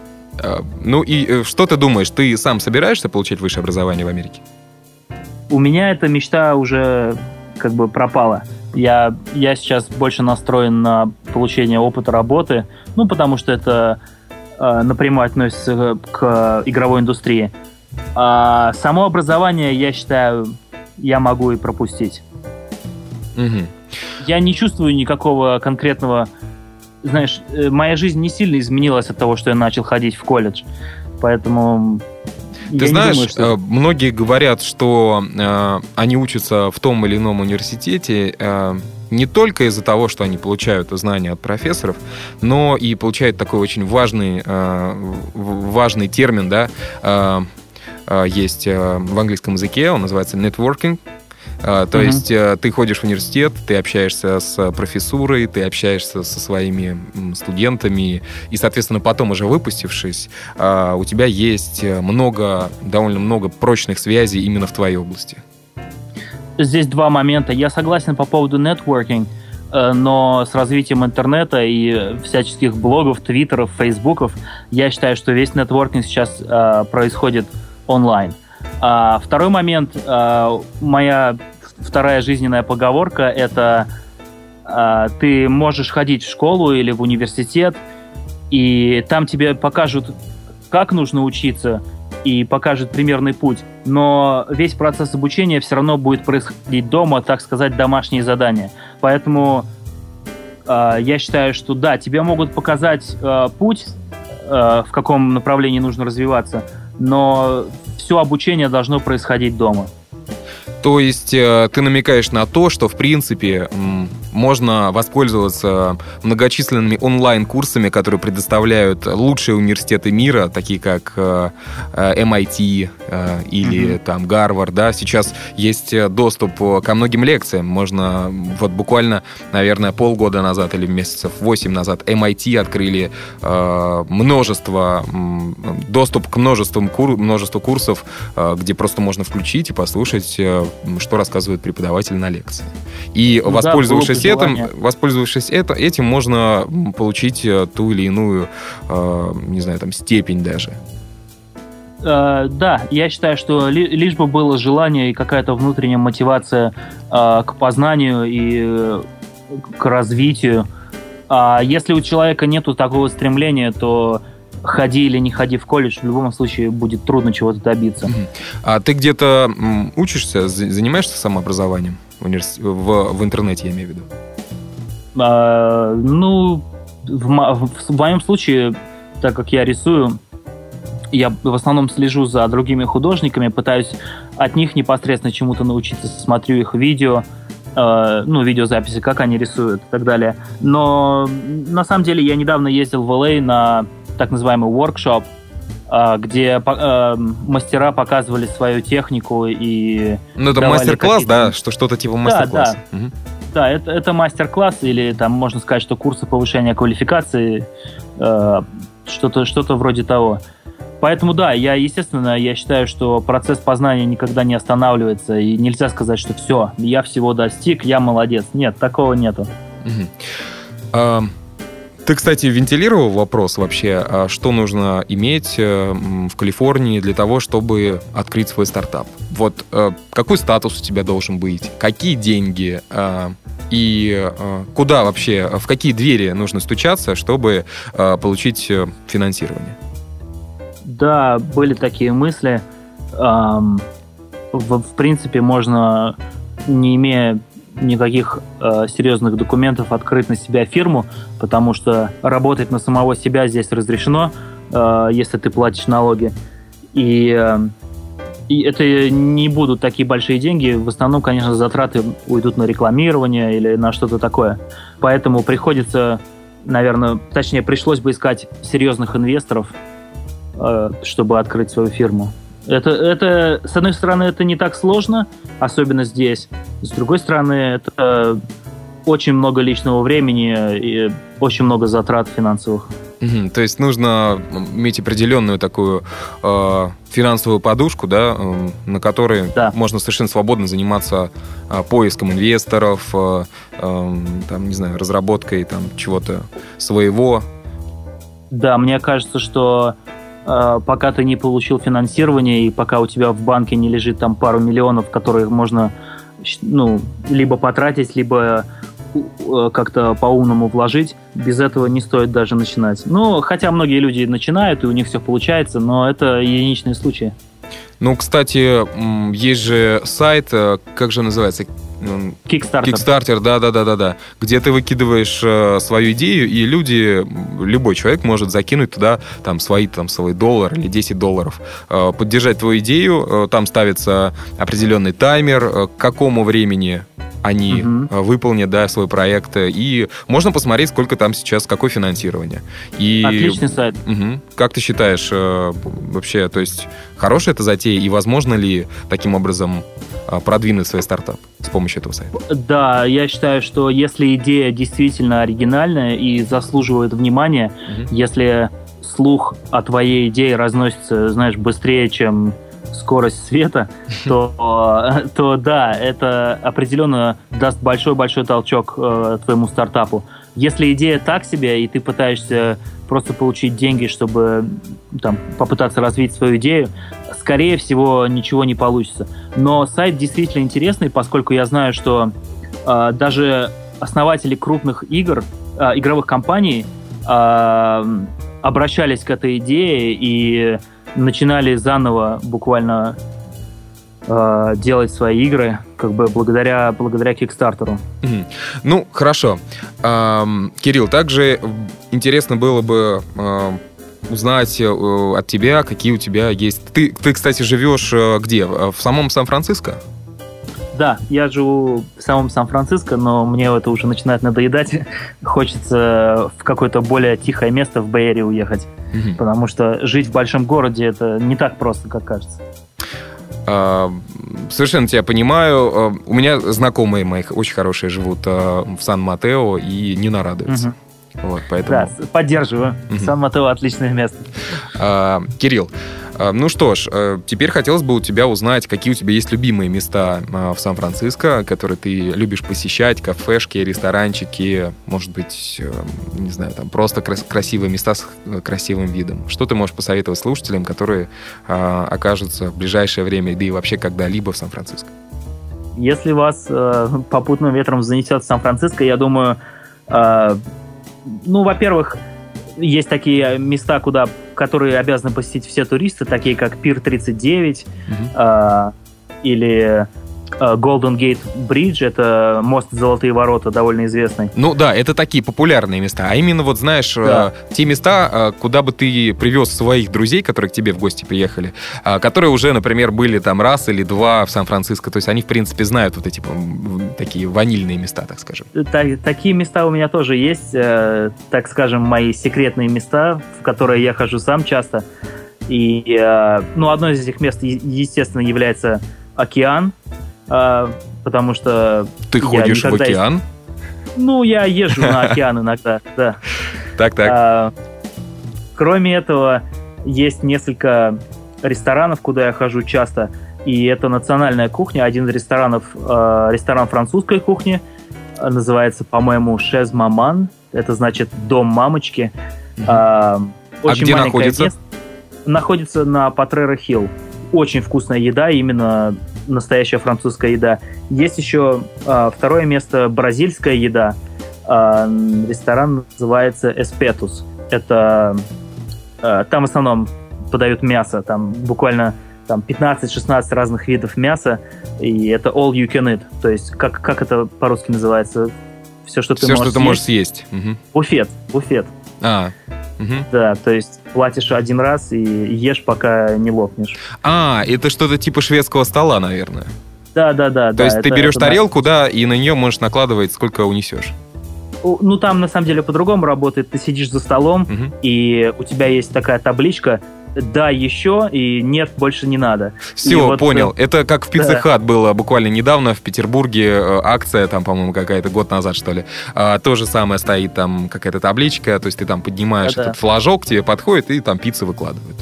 Ну и что ты думаешь, ты сам собираешься получать высшее образование в Америке? У меня эта мечта уже как бы пропала. Я, я сейчас больше настроен на получение опыта работы, ну потому что это э, напрямую относится к игровой индустрии. А само образование, я считаю, я могу и пропустить. Угу. Я не чувствую никакого конкретного... Знаешь, моя жизнь не сильно изменилась от того, что я начал ходить в колледж. Поэтому... Ты знаешь, думаю, что... многие говорят, что э, они учатся в том или ином университете э, не только из-за того, что они получают знания от профессоров, но и получают такой очень важный, э, важный термин, да, э, э, есть э, в английском языке, он называется networking. Uh, то uh-huh. есть uh, ты ходишь в университет, ты общаешься с профессурой, ты общаешься со своими студентами, и, соответственно, потом уже выпустившись, uh, у тебя есть много, довольно много прочных связей именно в твоей области. Здесь два момента. Я согласен по поводу networking. но с развитием интернета и всяческих блогов, твиттеров, фейсбуков, я считаю, что весь нетворкинг сейчас э, происходит онлайн. А второй момент, э, моя вторая жизненная поговорка, это э, ты можешь ходить в школу или в университет, и там тебе покажут, как нужно учиться, и покажут примерный путь, но весь процесс обучения все равно будет происходить дома, так сказать, домашние задания. Поэтому э, я считаю, что да, тебе могут показать э, путь, э, в каком направлении нужно развиваться, но все обучение должно происходить дома. То есть э, ты намекаешь на то, что, в принципе, м- можно воспользоваться многочисленными онлайн-курсами, которые предоставляют лучшие университеты мира, такие как э, эм ай ти э, или mm-hmm. там Гарвард, да. Сейчас есть доступ ко многим лекциям. Можно вот буквально, наверное, полгода назад или месяцев восемь назад эм ай ти открыли э, множество, м- доступ к множеству, кур- множеству курсов, э, где просто можно включить и послушать, э, что рассказывает преподаватель на лекции. И ну, воспользовавшись, да, этим, воспользовавшись это, этим, можно получить ту или иную, э, не знаю, там, степень даже. Э, да, я считаю, что ли, лишь бы было желание и какая-то внутренняя мотивация э, к познанию и э, к развитию. А если у человека нету такого стремления, то ходи или не ходи в колледж, в любом случае будет трудно чего-то добиться. А ты где-то учишься, занимаешься самообразованием в, универс... в, в интернете, я имею в виду? А, ну, в, мо... в моем случае, так как я рисую, я в основном слежу за другими художниками, пытаюсь от них непосредственно чему-то научиться, смотрю их видео, э, ну, видеозаписи, как они рисуют и так далее. Но на самом деле я недавно ездил в эл эй на так называемый workshop, где э, мастера показывали свою технику и... Ну, это мастер-класс, да? Что, что-то типа мастер-класса. Да, да. Угу. Да, это, это мастер-класс, или там можно сказать, что курсы повышения квалификации, э, что-то, что-то вроде того. Поэтому да, я, естественно, я считаю, что процесс познания никогда не останавливается, и нельзя сказать, что все, я всего достиг, я молодец. Нет, такого нету. Угу. А... Ты, кстати, вентилировал вопрос вообще, что нужно иметь в Калифорнии для того, чтобы открыть свой стартап? Вот какой статус у тебя должен быть, какие деньги и куда вообще, в какие двери нужно стучаться, чтобы получить финансирование? Да, были такие мысли. В, в принципе, можно, не имея никаких э, серьезных документов, открыть на себя фирму, потому что работать на самого себя здесь разрешено, э, если ты платишь налоги. И, э, и это не будут такие большие деньги. В основном, конечно, затраты уйдут на рекламирование или на что-то такое. Поэтому приходится, наверное, точнее, пришлось бы искать серьезных инвесторов, э, чтобы открыть свою фирму. Это, это, с одной стороны, это не так сложно, особенно здесь. С другой стороны, это очень много личного времени и очень много затрат финансовых. Угу, то есть нужно иметь определенную такую э, финансовую подушку, да, э, на которой да. можно совершенно свободно заниматься э, поиском инвесторов, э, э, там, не знаю, разработкой там, чего-то своего. Да, мне кажется, что пока ты не получил финансирование и пока у тебя в банке не лежит там пару миллионов, которые можно, ну, либо потратить, либо как-то по-умному вложить, без этого не стоит даже начинать. Ну, хотя многие люди начинают, и у них все получается, но это единичные случаи. Ну, кстати, есть же сайт, как же называется? Kickstarter. Kickstarter, да-да-да-да-да. Где ты выкидываешь э, свою идею, и люди, любой человек может закинуть туда там свои там, свой доллар или десять долларов, э, поддержать твою идею, э, там ставится определенный таймер, э, к какому времени они uh-huh. выполнят, да, свой проект, и можно посмотреть, сколько там сейчас, какое финансирование. И, отличный сайт. Угу. Как ты считаешь, э, вообще, то есть хорошая эта затея, и возможно ли таким образом э, продвинуть свой стартап с помощью этого сайта? Да, я считаю, что если идея действительно оригинальная и заслуживает внимания, uh-huh. если слух о твоей идее разносится, знаешь, быстрее, чем скорость света, то, то да, это определенно даст большой-большой толчок э, твоему стартапу. Если идея так себе, и ты пытаешься просто получить деньги, чтобы там, попытаться развить свою идею, скорее всего, ничего не получится. Но сайт действительно интересный, поскольку я знаю, что э, даже основатели крупных игр, э, игровых компаний э, обращались к этой идее и начинали заново буквально э, делать свои игры, как бы благодаря, благодаря Кикстартеру. Mm-hmm. Ну, хорошо. Эм, Кирилл, также интересно было бы э, узнать э, от тебя, какие у тебя есть... Ты, ты, кстати, живешь э, где? В самом Сан-Франциско? Да, я живу в самом Сан-Франциско, но мне это уже начинает надоедать. Хочется в какое-то более тихое место в Бэй-Эре уехать, mm-hmm. потому что жить в большом городе это не так просто, как кажется. Uh, совершенно тебя понимаю. Uh, у меня знакомые мои очень хорошие живут uh, в Сан-Матео и не нарадуются. Uh-huh. Вот, поэтому... Да, поддерживаю. Uh-huh. Сан-Матео отличное место. Uh, Кирилл, uh, ну что ж, uh, теперь хотелось бы у тебя узнать, какие у тебя есть любимые места uh, в Сан-Франциско, которые ты любишь посещать, кафешки, ресторанчики, может быть, uh, не знаю, там просто крас- красивые места с uh, красивым видом. Что ты можешь посоветовать слушателям, которые uh, окажутся в ближайшее время, да и вообще когда-либо в Сан-Франциско? Если вас uh, попутным ветром занесет в Сан-Франциско, я думаю... Uh, Ну, во-первых, есть такие места, куда, которые обязаны посетить все туристы, такие как Пир тридцать девять mm-hmm. э, или э, Golden Gate Bridge, это мост Золотые ворота, довольно известный. Ну да, это такие популярные места. А именно, вот знаешь, да. э, те места, э, куда бы ты привез своих друзей, которые к тебе в гости приехали, э, которые уже, например, были там раз или два в Сан-Франциско. То есть они, в принципе, знают вот эти такие ванильные места, так скажем. Так, такие места у меня тоже есть, э, так скажем, мои секретные места, в которые я хожу сам часто. И, э, ну, одно из этих мест, естественно, является океан, э, потому что... Ты ходишь в океан? Есть... Ну, я езжу на океан иногда, да. Так-так. Кроме этого, есть несколько ресторанов, куда я хожу часто, и это национальная кухня. Один из ресторанов, э, ресторан французской кухни, называется, по-моему, Шез Маман. Это значит «Дом мамочки». Uh-huh. А, очень а где находится? Место. Находится на Потрero-Хилл. Очень вкусная еда, именно настоящая французская еда. Есть еще э, второе место, бразильская еда. Э, ресторан называется Эспетус. Это э, там в основном подают мясо. Там буквально там пятнадцать-шестнадцать разных видов мяса, и это all you can eat. То есть, как, как это по-русски называется? Все, что ты Все, можешь что ты съесть. можешь съесть. Угу. Буфет. Буфет. А, угу. Да, то есть платишь один раз и ешь, пока не лопнешь. А, это что-то типа шведского стола, наверное. Да, да, да. То да, есть это, ты берешь это, тарелку, да, и на нее можешь накладывать, сколько унесешь. Ну, там на самом деле по-другому работает. Ты сидишь за столом, угу. и у тебя есть такая табличка «да, еще» и «нет, больше не надо». Все, вот понял. ты... Это как в Pizza Hut да. было буквально недавно в Петербурге акция, там, по-моему, какая-то год назад, что ли. А, то же самое стоит там какая-то табличка, то есть ты там поднимаешь да, этот да. флажок, тебе подходит, и там пиццу выкладывают.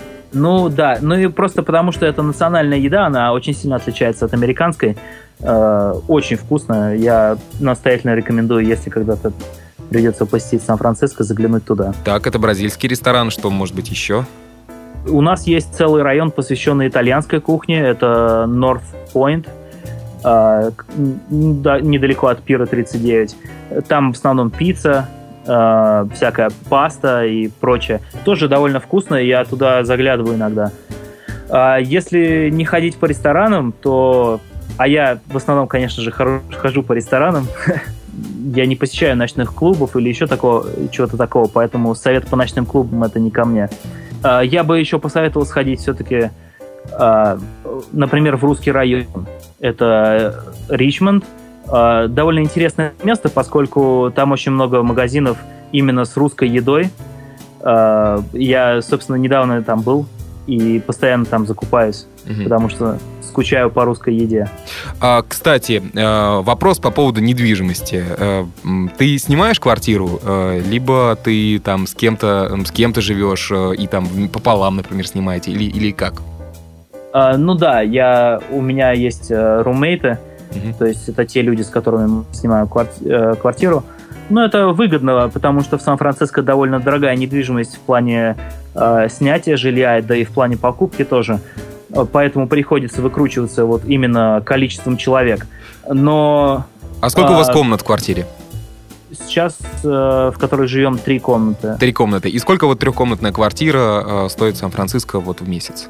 Ну, да. Ну, и просто потому, что это национальная еда, она очень сильно отличается от американской. Э, очень вкусно. Я настоятельно рекомендую, если когда-то придется посетить Сан-Франциско, заглянуть туда. Так, это бразильский ресторан, что может быть еще? У нас есть целый район, посвященный итальянской кухне. Это North Point, э, да, недалеко от Пира тридцать девять. Там в основном пицца, э, всякая паста и прочее. Тоже довольно вкусно, я туда заглядываю иногда. А если не ходить по ресторанам, то... А я в основном, конечно же, хожу по ресторанам. Я не посещаю ночных клубов или еще такого, чего-то такого, поэтому совет по ночным клубам — это не ко мне. Я бы еще посоветовал сходить все-таки, например, в русский район. Это Ричмонд. Довольно интересное место, поскольку там очень много магазинов именно с русской едой. Я, собственно, недавно там был и постоянно там закупаюсь, угу. потому что скучаю по русской еде. А, кстати, вопрос по поводу недвижимости. Ты снимаешь квартиру, либо ты там с кем-то, с кем-то живешь и там пополам, например, снимаете, или, или как? А, ну да, я, у меня есть руммейты, uh-huh. то есть это те люди, с которыми мы снимаем кварти- квартиру. Но это выгодно, потому что в Сан-Франциско довольно дорогая недвижимость в плане э, снятия жилья, да и в плане покупки тоже. Поэтому приходится выкручиваться вот именно количеством человек. Но... А сколько а, у вас комнат в квартире? Сейчас, э, в которой живем, три комнаты. Три комнаты. И сколько вот трехкомнатная квартира э, стоит в Сан-Франциско вот в месяц?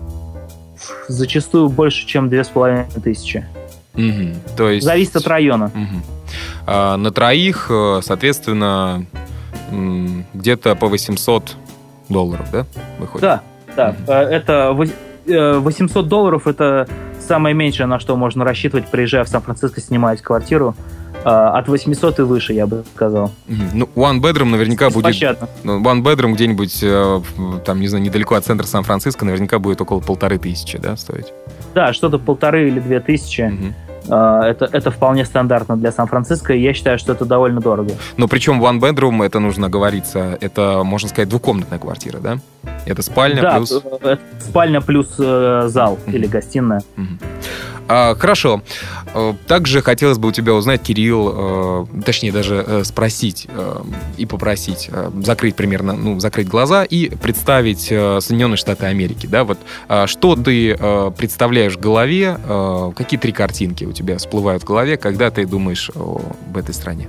Зачастую больше, чем две с половиной тысячи. Угу. То есть... Зависит от района. Угу. А, на троих, соответственно, где-то по восемьсот долларов, да, выходит? Да, да. Угу. Это восемьсот долларов – это самое меньшее, на что можно рассчитывать, приезжая в Сан-Франциско снимать квартиру. От восьмисот и выше, я бы сказал. Ну, one bedroom наверняка будет... One bedroom где-нибудь, там, не знаю, недалеко от центра Сан-Франциско наверняка будет около полторы тысячи, да, стоить? Да, что-то полторы или две тысячи. Угу. Это, это вполне стандартно для Сан-Франциско, и я считаю, что это довольно дорого. Но причем one bedroom, это нужно оговориться, это, можно сказать, двухкомнатная квартира, да? Это спальня да, плюс... это спальня плюс э, зал mm-hmm. или гостиная. Mm-hmm. А, хорошо. Также хотелось бы у тебя узнать, Кирилл, э, точнее даже э, спросить э, и попросить э, закрыть примерно, ну, закрыть глаза и представить э, Соединенные Штаты Америки, да, вот э, что ты э, представляешь в голове, э, какие три картинки у тебя всплывают в голове, когда ты думаешь об этой стране?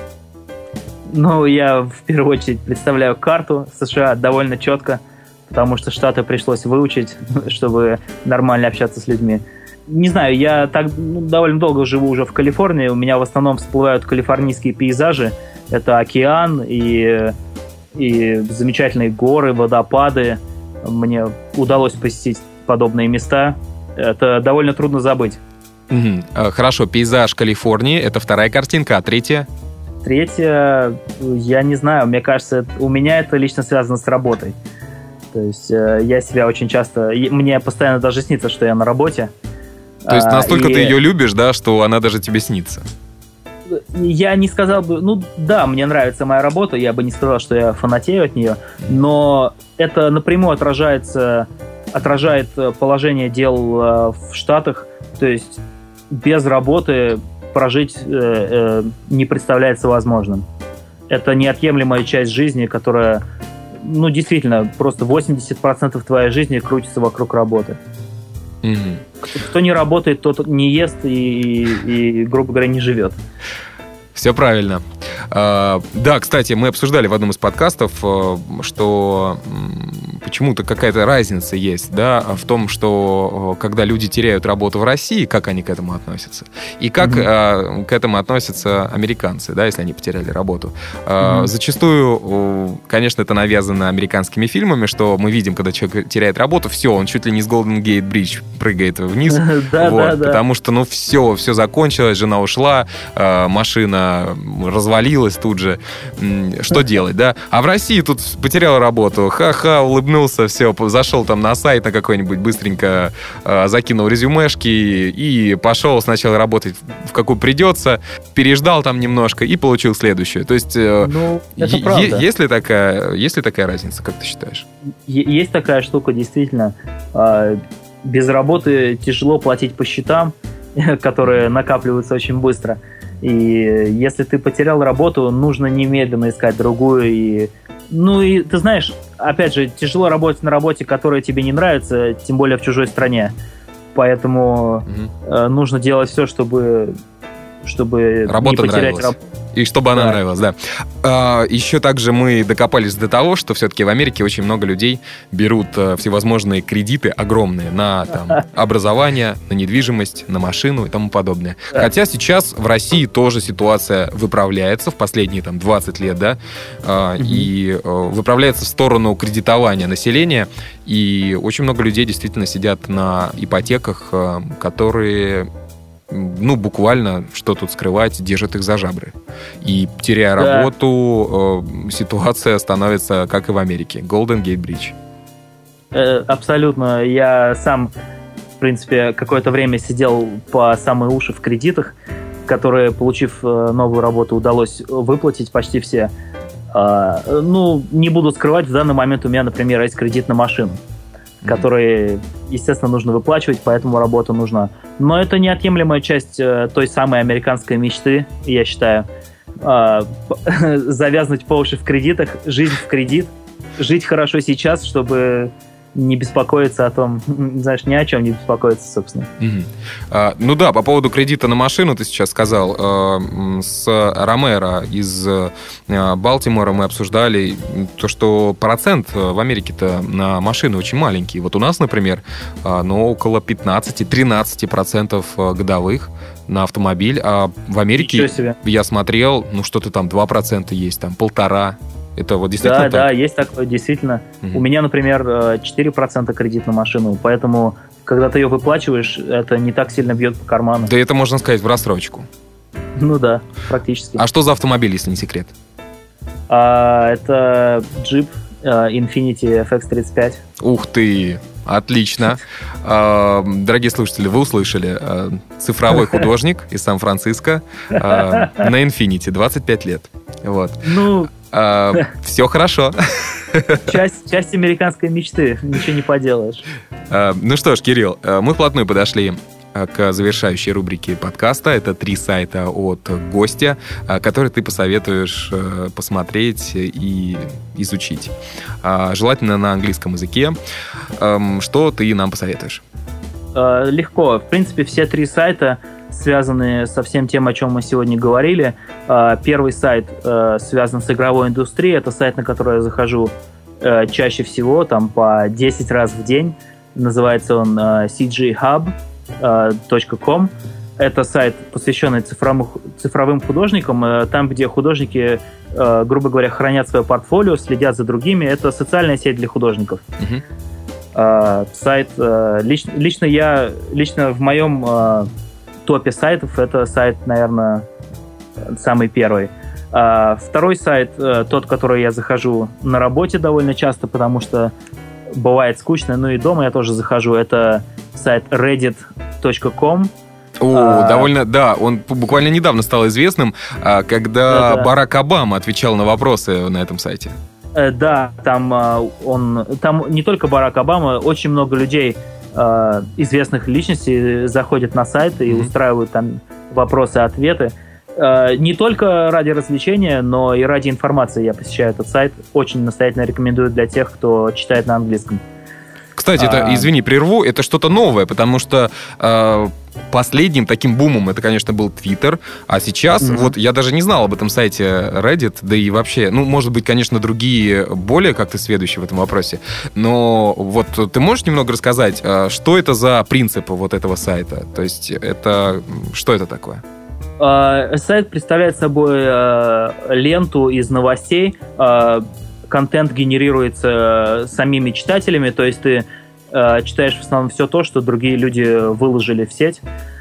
Ну, я в первую очередь представляю карту США довольно четко, потому что Штаты пришлось выучить, чтобы нормально общаться с людьми. Не знаю, я так ну, довольно долго живу уже в Калифорнии, у меня в основном всплывают калифорнийские пейзажи. Это океан и, и замечательные горы, водопады. Мне удалось посетить подобные места. Это довольно трудно забыть. Угу. Хорошо, пейзаж Калифорнии, это вторая картинка, а третья? Третья, я не знаю, мне кажется, у меня это лично связано с работой. То есть я себя очень часто... Мне постоянно даже снится, что я на работе. То есть настолько и... ты ее любишь, да, что она даже тебе снится? Я не сказал бы... Ну да, мне нравится моя работа, я бы не сказал, что я фанатею от нее, но это напрямую отражается, отражает положение дел в Штатах. То есть без работы прожить э, э, не представляется возможным. Это неотъемлемая часть жизни, которая, ну, действительно, просто восемьдесят процентов твоей жизни крутится вокруг работы. Mm-hmm. Кто не работает, тот не ест и, и, и грубо говоря, не живет. Все правильно. Да, кстати, мы обсуждали в одном из подкастов, что почему-то какая-то разница есть, да, в том, что когда люди теряют работу в России, как они к этому относятся, и как mm-hmm. к этому относятся американцы, да, если они потеряли работу. Mm-hmm. Зачастую, конечно, это навязано американскими фильмами, что мы видим, когда человек теряет работу, все, он чуть ли не с Golden Gate Bridge прыгает вниз, потому что, ну, все, все закончилось, жена ушла, машина развалилась тут же. Что делать, да? А в России тут потерял работу, ха-ха, улыбнулся, все, зашел там на сайт на какой-нибудь, быстренько э, закинул резюмешки и пошел сначала работать в какую придется, переждал там немножко и получил следующую. То есть, э, ну, это е- правда. Есть ли такая, есть ли такая разница, как ты считаешь? Есть такая штука, действительно. Без работы тяжело платить по счетам, которые накапливаются очень быстро. И если ты потерял работу, нужно немедленно искать другую. И... Ну и ты знаешь, опять же, тяжело работать на работе, которая тебе не нравится, тем более в чужой стране. Поэтому угу. э, нужно делать все, чтобы, чтобы работа не потерять нравилась. работу. И чтобы она да. нравилась, да. А, еще также мы докопались до того, что все-таки в Америке очень много людей берут а, всевозможные кредиты огромные на там, образование, на недвижимость, на машину и тому подобное. Да. Хотя сейчас в России тоже ситуация выправляется в последние там, двадцать лет, да, а, угу. и а, выправляется в сторону кредитования населения. И очень много людей действительно сидят на ипотеках, а, которые... ну, буквально, что тут скрывать, держат их за жабры. И, теряя да. работу, э, ситуация становится, как и в Америке. Golden Gate Bridge. Э, абсолютно. Я сам, в принципе, какое-то время сидел по самые уши в кредитах, которые, получив новую работу, удалось выплатить почти все. Э, ну, не буду скрывать, в данный момент у меня, например, есть кредит на машину. mm-hmm. которые, естественно, нужно выплачивать, поэтому работа нужна. Но это неотъемлемая часть э, той самой американской мечты, я считаю. Э, завязнуть по уши в кредитах, жизнь в кредит, жить хорошо сейчас, чтобы не беспокоиться о том, знаешь, ни о чем не беспокоиться, собственно. Mm-hmm. А, ну да, по поводу кредита на машину ты сейчас сказал. А, с Ромеро из а, Балтимора мы обсуждали то, что процент в Америке-то на машины очень маленький. Вот у нас, например, а, ну, около пятнадцать-тринадцать процентов годовых на автомобиль, а в Америке я смотрел, ну что-то там два процента есть, там полтора. Это вот действительно да, так? Да, есть такое, действительно. Угу. У меня, например, четыре процента кредит на машину, поэтому, когда ты ее выплачиваешь, это не так сильно бьет по карману. Да это, можно сказать, в рассрочку. Ну да, практически. А что за автомобиль, если не секрет? А, это Jeep Infiniti эф икс тридцать пять. Ух ты! Отлично. Дорогие слушатели, вы услышали. Цифровой художник из Сан-Франциско на Infiniti, двадцать пять лет. Вот. Ну... А, все хорошо. Часть, часть американской мечты, ничего не поделаешь. А, ну что ж, Кирилл, мы вплотную подошли к завершающей рубрике подкаста. Это три сайта от гостя, которые ты посоветуешь посмотреть и изучить. Желательно на английском языке. Что ты нам посоветуешь? Легко. В принципе, все три сайта связаны со всем тем, о чем мы сегодня говорили. Первый сайт связан с игровой индустрией. Это сайт, на который я захожу чаще всего, там по десять раз в день. Называется он си джи хаб точка ком. Это сайт, посвященный цифровым, цифровым художникам, там, где художники, грубо говоря, хранят свое портфолио, следят за другими. Это социальная сеть для художников. Uh-huh. Сайт, лично, лично я, лично в моем топе сайтов это сайт, наверное, самый первый. А второй сайт, тот, который я захожу на работе довольно часто, потому что бывает скучно, ну и дома я тоже захожу, это сайт реддит точка ком. О, а, довольно, да, он буквально недавно стал известным, когда да, Барак Обама отвечал на вопросы на этом сайте. Да, там он, там не только Барак Обама, очень много людей, известных личностей заходят на сайт и mm-hmm. устраивают там вопросы-ответы. Не только ради развлечения, но и ради информации я посещаю этот сайт. Очень настоятельно рекомендую для тех, кто читает на английском. Кстати, это, а... извини, прерву, это что-то новое, потому что э, последним таким бумом это, конечно, был Twitter, а сейчас, mm-hmm. вот я даже не знал об этом сайте Reddit, да и вообще, ну, может быть, конечно, другие более как-то сведущие в этом вопросе, но вот ты можешь немного рассказать, э, что это за принципы вот этого сайта? То есть это, что это такое? Uh, сайт представляет собой uh, ленту из новостей. Uh, контент генерируется самими читателями, то есть ты uh, читаешь в основном все то, что другие люди выложили в сеть.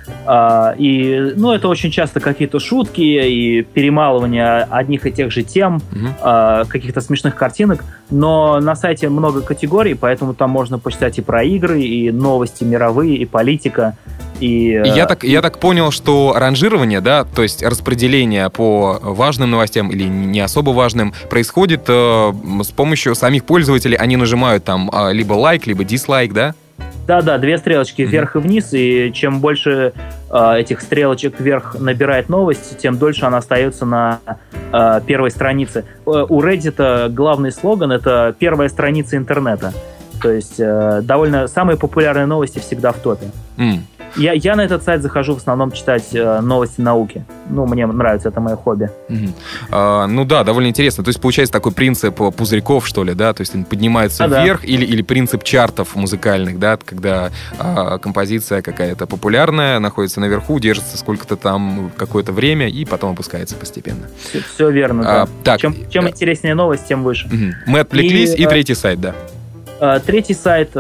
Uh, и, ну, это очень часто какие-то шутки и перемалывание одних и тех же тем, mm-hmm. uh, каких-то смешных картинок, но на сайте много категорий, поэтому там можно почитать и про игры, и новости мировые, и политика. И, я, так, я так понял, что ранжирование, да, то есть распределение по важным новостям или не особо важным происходит э, с помощью самих пользователей. Они нажимают там э, либо лайк, либо дизлайк, да? Да-да, две стрелочки mm-hmm. вверх и вниз, и чем больше э, этих стрелочек вверх набирает новость, тем дольше она остается на э, первой странице. Э, у Reddit главный слоган — это «первая страница интернета». То есть э, довольно самые популярные новости всегда в топе. Mm. Я, я на этот сайт захожу в основном читать э, новости науки. Ну, мне нравится, это мое хобби. Mm-hmm. А, ну да, довольно интересно. То есть получается такой принцип пузырьков, что ли, да? То есть он поднимается а, вверх, да. или, или принцип чартов музыкальных, да? Когда а, композиция какая-то популярная находится наверху, держится сколько-то там какое-то время и потом опускается постепенно. Все, все верно, а, да. Так, чем чем интереснее новость, тем выше. Mm-hmm. Мы отвлеклись, и, и третий сайт, да. Третий сайт,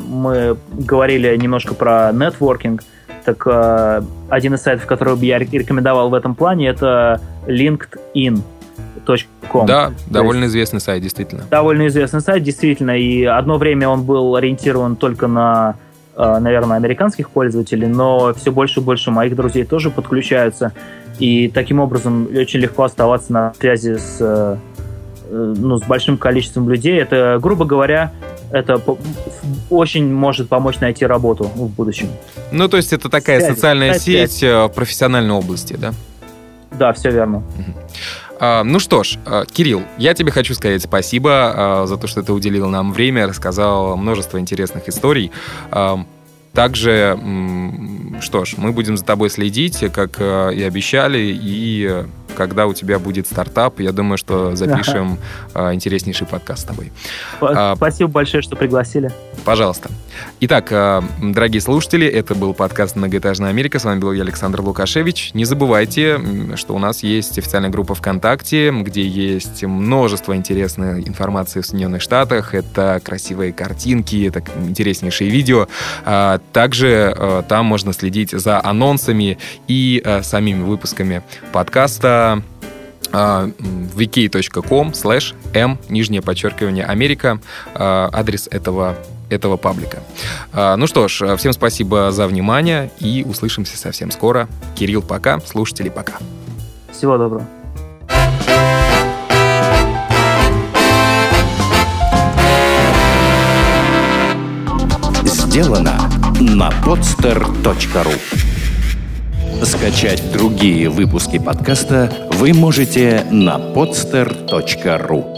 мы говорили немножко про нетворкинг. Так один из сайтов, который бы я рекомендовал в этом плане, это линкдин точка ком. Да, довольно известный сайт, действительно. Довольно известный сайт, действительно. И одно время он был ориентирован только на, наверное, американских пользователей, но все больше и больше моих друзей тоже подключаются. И таким образом очень легко оставаться на связи с, ну, с большим количеством людей. Это, грубо говоря, это очень может помочь найти работу в будущем. Ну, то есть это такая Связи. социальная Связь. сеть в профессиональной области, да? Да, все верно. А, ну что ж, Кирилл, я тебе хочу сказать спасибо а, за то, что ты уделил нам время, рассказал множество интересных историй. А, также, что ж, мы будем за тобой следить, как и обещали, и когда у тебя будет стартап, я думаю, что запишем а, интереснейший подкаст с тобой. Спасибо большое, что пригласили. Пожалуйста. Итак, дорогие слушатели, это был подкаст «Многоэтажная Америка». С вами был я, Александр Лукашевич. Не забывайте, что у нас есть официальная группа ВКонтакте, где есть множество интересной информации в Соединенных Штатах. Это красивые картинки, это интереснейшие видео. Также там можно следить за анонсами и самими выпусками подкаста. вики точка ком слэш эм, нижнее подчеркивание, Америка, адрес этого, этого паблика. Ну что ж, всем спасибо за внимание и услышимся совсем скоро. Кирилл, пока. Слушатели, пока. Всего доброго. Сделано на подстер точка ру. Скачать другие выпуски подкаста вы можете на подстер точка ру.